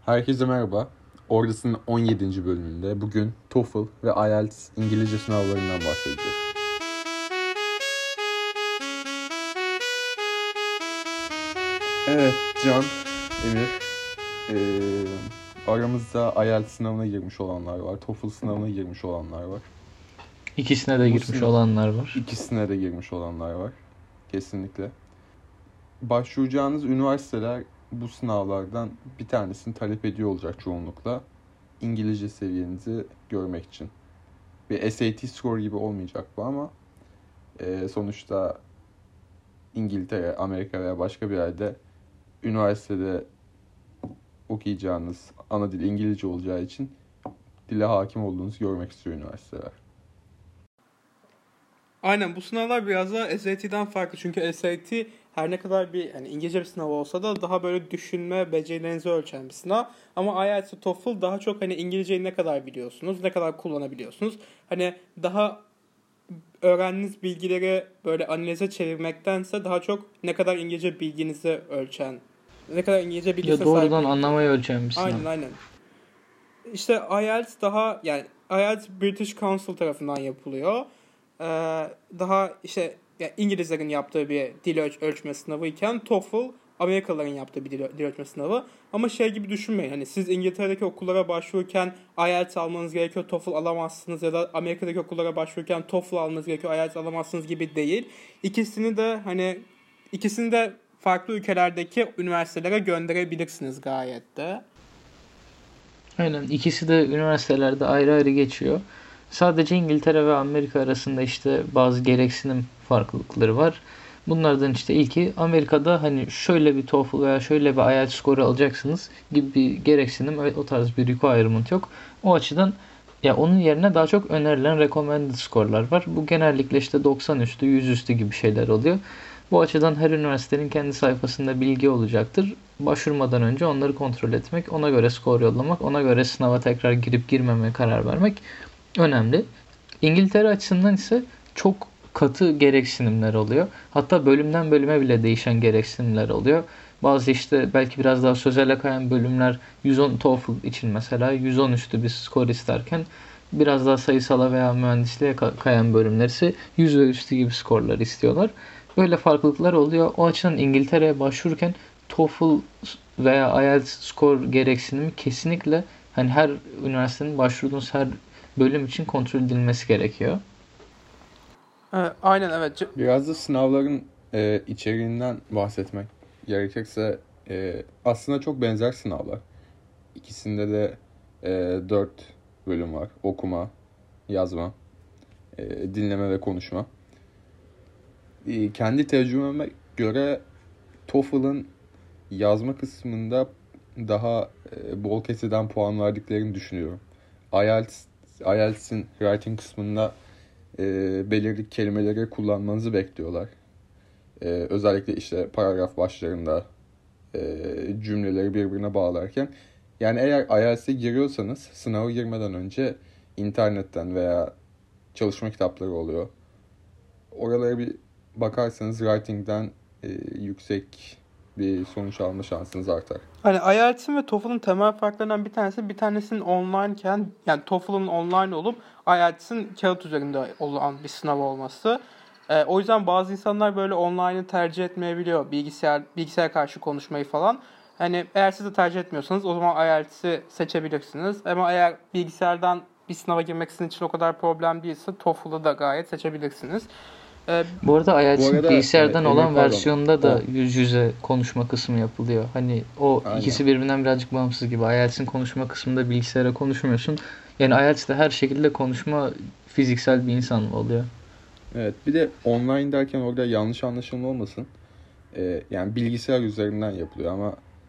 Herkese merhaba. Ordası'nın 17. bölümünde bugün TOEFL ve IELTS İngilizce sınavlarından bahsedeceğiz. Evet, Can, Emir. Aramızda IELTS sınavına girmiş olanlar var. TOEFL sınavına girmiş olanlar var. İkisine de girmiş olanlar var. İkisine de girmiş olanlar var. Kesinlikle. Başvuracağınız üniversiteler bu sınavlardan bir tanesini talep ediyor olacak çoğunlukla. İngilizce seviyenizi görmek için. Bir SAT score gibi olmayacak bu ama sonuçta İngiltere, Amerika veya başka bir yerde üniversitede okuyacağınız ana dil İngilizce olacağı için dile hakim olduğunuzu görmek istiyor üniversiteler. Aynen, bu sınavlar biraz da SAT'den farklı. Çünkü SAT her ne kadar İngilizce bir sınav olsa da daha böyle düşünme becerilerinizi ölçen bir sınav. Ama IELTS ve TOEFL daha çok İngilizceyi ne kadar biliyorsunuz, ne kadar kullanabiliyorsunuz. Daha öğrendiğiniz bilgileri böyle analize çevirmektense daha çok ne kadar İngilizce bilginizi ölçen, ne kadar İngilizce bilgisine sahip. Ya doğrudan anlamayı ölçen bir sınav. Aynen. İşte IELTS IELTS British Council tarafından yapılıyor. Daha İngilizlerin yaptığı bir dil ölçme sınavı iken TOEFL Amerikalıların yaptığı bir dil ölçme sınavı. Ama gibi düşünmeyin. Siz İngiltere'deki okullara başvururken IELTS almanız gerekiyor, TOEFL alamazsınız, ya da Amerika'daki okullara başvururken TOEFL almanız gerekiyor, IELTS alamazsınız gibi değil. İkisini de farklı ülkelerdeki üniversitelere gönderebilirsiniz gayet de. Aynen, ikisi de üniversitelerde ayrı ayrı geçiyor. Sadece İngiltere ve Amerika arasında bazı gereksinim farklılıkları var. Bunlardan ilki, Amerika'da şöyle bir TOEFL veya şöyle bir IELTS skoru alacaksınız gibi bir gereksinim, o tarz bir requirement yok. O açıdan onun yerine daha çok önerilen recommended skorlar var. Bu genellikle 90 üstü, 100 üstü gibi şeyler oluyor. Bu açıdan her üniversitenin kendi sayfasında bilgi olacaktır. Başvurmadan önce onları kontrol etmek, ona göre skor yollamak, ona göre sınava tekrar girip girmemeye karar vermek önemli. İngiltere açısından ise çok katı gereksinimler oluyor. Hatta bölümden bölüme bile değişen gereksinimler oluyor. Bazı belki biraz daha sözele kayan bölümler 110 TOEFL için mesela 110 üstü bir skor isterken, biraz daha sayısala veya mühendisliğe kayan bölümler ise 100 ve üstü gibi skorlar istiyorlar. Böyle farklılıklar oluyor. O açıdan İngiltere'ye başvururken TOEFL veya IELTS skor gereksinimi kesinlikle her üniversitenin başvurduğunuz her bölüm için kontrol edilmesi gerekiyor. Aynen, evet. Biraz da sınavların içeriğinden bahsetmek gerekirse aslında çok benzer sınavlar. İkisinde de 4 bölüm var. Okuma, yazma, dinleme ve konuşma. Kendi tecrübeme göre TOEFL'ın yazma kısmında daha bol keseden puan verdiklerini düşünüyorum. IELTS'in writing kısmında belirli kelimeleri kullanmanızı bekliyorlar. Özellikle paragraf başlarında cümleleri birbirine bağlarken. Yani eğer IELTS'e giriyorsanız sınava girmeden önce internetten veya çalışma kitapları oluyor. Oralara bir bakarsanız writing'den yüksek bir sonuç alma şansınız artar. IELTS'in ve TOEFL'ın temel farklarından bir tanesinin online'ken, TOEFL'ın online olup IELTS'in kağıt üzerinde olan bir sınav olması. O yüzden bazı insanlar böyle online'ı tercih etmeyebiliyor. Bilgisayar karşı konuşmayı falan. Eğer siz de tercih etmiyorsanız o zaman IELTS'i seçebilirsiniz. Ama eğer bilgisayardan bir sınava girmek sizin için o kadar problem değilse TOEFL'ı da gayet seçebilirsiniz. Bu arada IELTS'in bilgisayardan olan versiyonda da yüz yüze konuşma kısmı yapılıyor. Aynen. İkisi birbirinden birazcık bağımsız gibi. IELTS'in konuşma kısmında bilgisayara konuşmuyorsun. IELTS'te her şekilde konuşma fiziksel bir insanla oluyor. Evet, bir de online derken orada yanlış anlaşılma olmasın. Yani bilgisayar üzerinden yapılıyor ama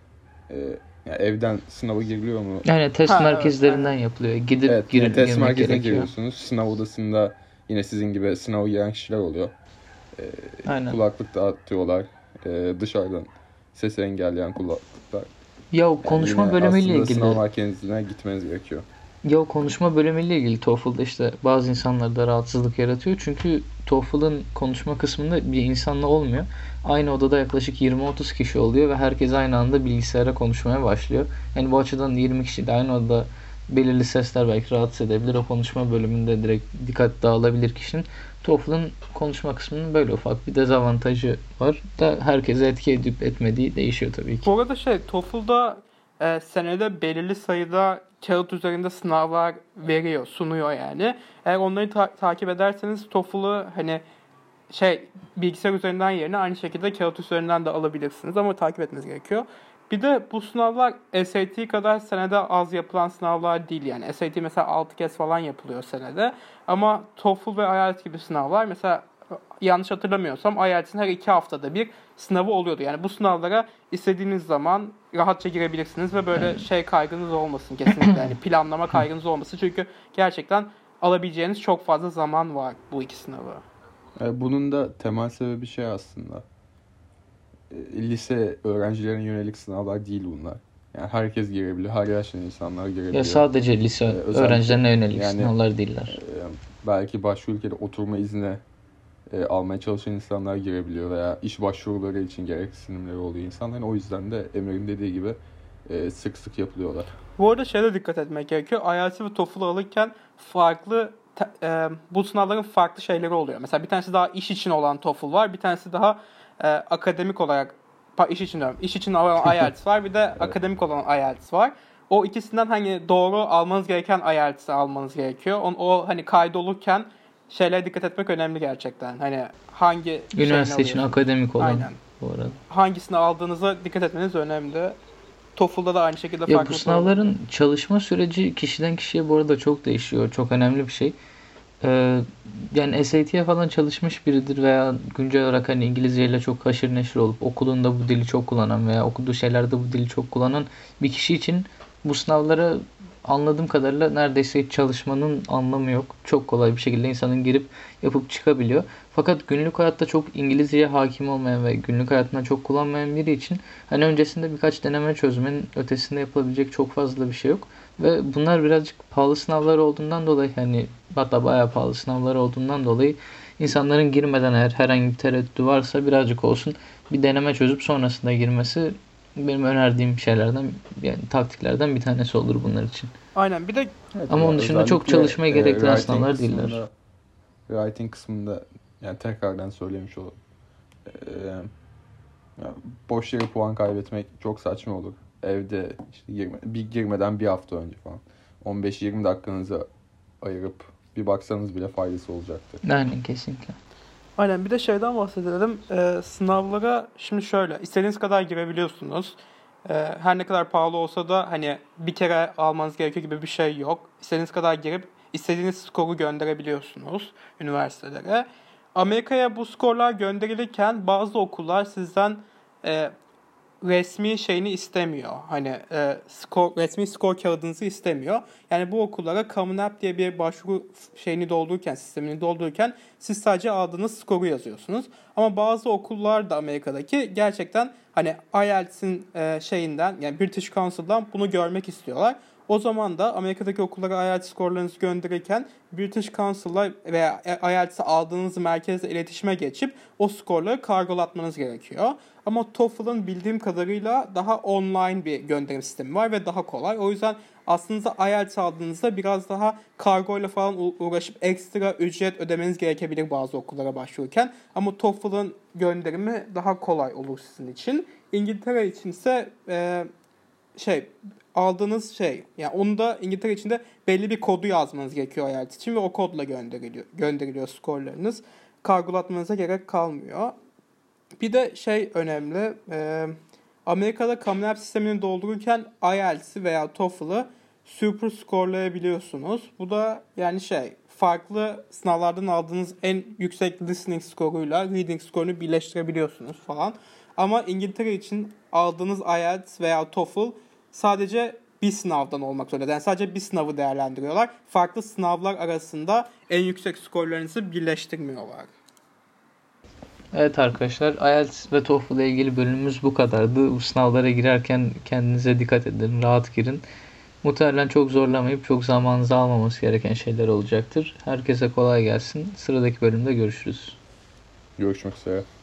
evden sınava giriliyor mu? Test merkezlerinden yapılıyor. Gidip test merkezine giriyorsunuz. Sınav odasında yine sizin gibi sınava giren kişiler oluyor. Kulaklık dağıtıyorlar. Dışarıdan sesi engelleyen kulaklıklar. Konuşma bölümüyle ilgili. Aslında sınav merkezine gitmeniz gerekiyor. Ya o konuşma bölümüyle ilgili TOEFL'da işte bazı insanlarda rahatsızlık yaratıyor. Çünkü TOEFL'ın konuşma kısmında bir insanla olmuyor. Aynı odada yaklaşık 20-30 kişi oluyor ve herkes aynı anda bilgisayara konuşmaya başlıyor. Yani bu açıdan 20 kişi de aynı odada belirli sesler belki rahatsız edebilir. O konuşma bölümünde direkt dikkat dağılabilir kişinin. TOEFL'ın konuşma kısmının böyle ufak bir dezavantajı var da herkese etki edip etmediği değişiyor tabii ki. Bu arada TOEFL'da senede belirli sayıda kağıt üzerinde sınavlar veriyor, sunuyor yani. Eğer onları takip ederseniz TOEFL'ı hani bilgisayar üzerinden yerine aynı şekilde kağıt üzerinden de alabilirsiniz ama takip etmeniz gerekiyor. Bir de bu sınavlar SAT kadar senede az yapılan sınavlar değil yani. SAT mesela 6 kez falan yapılıyor senede. Ama TOEFL ve IELTS gibi sınavlar mesela yanlış hatırlamıyorsam IELTS'in her 2 haftada bir sınavı oluyordu. Yani bu sınavlara istediğiniz zaman rahatça girebilirsiniz ve böyle kaygınız olmasın kesinlikle. Yani planlama kaygınız olmasın. Çünkü gerçekten alabileceğiniz çok fazla zaman var bu iki sınavı. Bunun da temel sebebi aslında. Lise öğrencilerine yönelik sınavlar değil bunlar. Yani herkes girebiliyor, her yaştan insanlar girebiliyor. Ya sadece lise öğrencilerine yönelik sınavlar değiller. Belki başka ülkede oturma izni almaya çalışan insanlar girebiliyor veya iş başvuruları için gereksinimleri oluyor insanların. O yüzden de Emir'in dediği gibi sık sık yapılıyorlar. Bu arada dikkat etmek gerekiyor. IELTS ve TOEFL alırken bu sınavların farklı şeyleri oluyor. Mesela bir tanesi daha iş için olan TOEFL var. Bir tanesi daha akademik olarak iş için olan IELTS var. Bir de akademik olan IELTS var. O ikisinden doğru almanız gereken IELTS'i almanız gerekiyor. O kaydolurken dikkat etmek önemli gerçekten. Hangi üniversite için akademik olan. Aynen. Bu arada. Hangisini aldığınıza dikkat etmeniz önemli. TOEFL'da da aynı şekilde farklı. Bu sınavların çalışma süreci kişiden kişiye bu arada çok değişiyor. Çok önemli bir şey. Yani SAT'ye falan çalışmış biridir veya güncel olarak İngilizceyle çok haşır neşir olup okulunda bu dili çok kullanan veya okuduğu şeylerde bu dili çok kullanan bir kişi için bu sınavlara anladığım kadarıyla neredeyse hiç çalışmanın anlamı yok. Çok kolay bir şekilde insanın girip yapıp çıkabiliyor. Fakat günlük hayatta çok İngilizceye hakim olmayan ve günlük hayatında çok kullanmayan biri için öncesinde birkaç deneme çözmenin ötesinde yapılabilecek çok fazla bir şey yok. Ve bunlar birazcık pahalı sınavlar olduğundan dolayı hatta bayağı pahalı sınavlar olduğundan dolayı insanların girmeden eğer herhangi bir tereddütü varsa birazcık olsun bir deneme çözüp sonrasında girmesi benim önerdiğim şeylerden taktiklerden bir tanesi olur bunlar için. Aynen. Bir de ama onun dışında çok çalışmaya gerektiren sınavlar değiller. Writing kısmında tekrardan söylemiş olalım. Boş yere puan kaybetmek çok saçma olur. Evde girmeden bir hafta önce falan 15-20 dakikanızı ayırıp bir baksanız bile faydası olacaktır. Aynen, kesinlikle. Aynen, bir de bahsedelim. Sınavlara şimdi istediğiniz kadar girebiliyorsunuz. Her ne kadar pahalı olsa da bir kere almanız gerekiyor gibi bir şey yok. İstediğiniz kadar girip istediğiniz skoru gönderebiliyorsunuz üniversitelere. Amerika'ya bu skorlar gönderilirken bazı okullar sizden resmi şeyini istemiyor. Resmi skor kağıdınızı istemiyor. Yani bu okullara Common App diye bir başvuru sistemini doldururken siz sadece aldığınız skoru yazıyorsunuz. Ama bazı okullar da Amerika'daki gerçekten IELTS'in yani British Council'dan bunu görmek istiyorlar. O zaman da Amerika'daki okullara IELTS skorlarınızı gönderirken British Council'la veya IELTS'i aldığınız merkezle iletişime geçip o skorları kargolatmanız gerekiyor. Ama TOEFL'ın bildiğim kadarıyla daha online bir gönderim sistemi var ve daha kolay. O yüzden aslında IELTS aldığınızda biraz daha kargoyla falan uğraşıp ekstra ücret ödemeniz gerekebilir bazı okullara başvururken. Ama TOEFL'ın gönderimi daha kolay olur sizin için. İngiltere için ise aldığınız yani onu da İngiltere için de belli bir kodu yazmanız gerekiyor IELTS için ve o kodla gönderiliyor skorlarınız. Kargolatmanıza gerek kalmıyor. Bir de önemli. Amerika'da Common App sistemini doldururken IELTS'i veya TOEFL'ı super skorlayabiliyorsunuz. Bu da farklı sınavlardan aldığınız en yüksek listening skoruyla reading skorunu birleştirebiliyorsunuz falan. Ama İngiltere için aldığınız IELTS veya TOEFL sadece bir sınavdan olmak zorunda. Yani sadece bir sınavı değerlendiriyorlar. Farklı sınavlar arasında en yüksek skorlarınızı birleştirmiyorlar. Evet arkadaşlar, IELTS ve TOEFL ile ilgili bölümümüz bu kadardı. Bu sınavlara girerken kendinize dikkat edin, rahat girin. Muhtemelen çok zorlamayıp çok zamanınızı almaması gereken şeyler olacaktır. Herkese kolay gelsin. Sıradaki bölümde görüşürüz. Görüşmek üzere.